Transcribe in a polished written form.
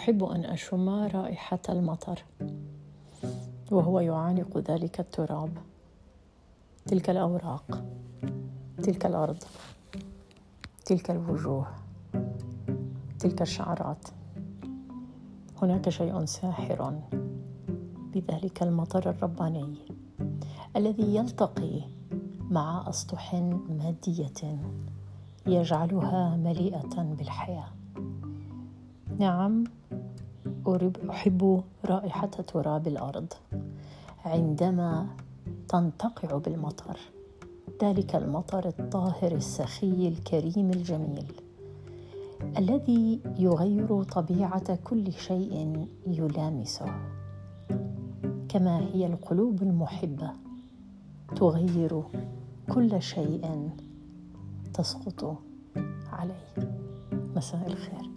أحب أن أشم رائحة المطر وهو يعانق ذلك التراب، تلك الأوراق، تلك الأرض، تلك الوجوه، تلك الشعرات. هناك شيء ساحر بذلك المطر الرباني الذي يلتقي مع أسطح مادية يجعلها مليئة بالحياة. نعم، أحب رائحة تراب الأرض عندما تنتقع بالمطر، ذلك المطر الطاهر السخي الكريم الجميل الذي يغير طبيعة كل شيء يلامسه، كما هي القلوب المحبة تغير كل شيء تسقط عليه. مساء الخير.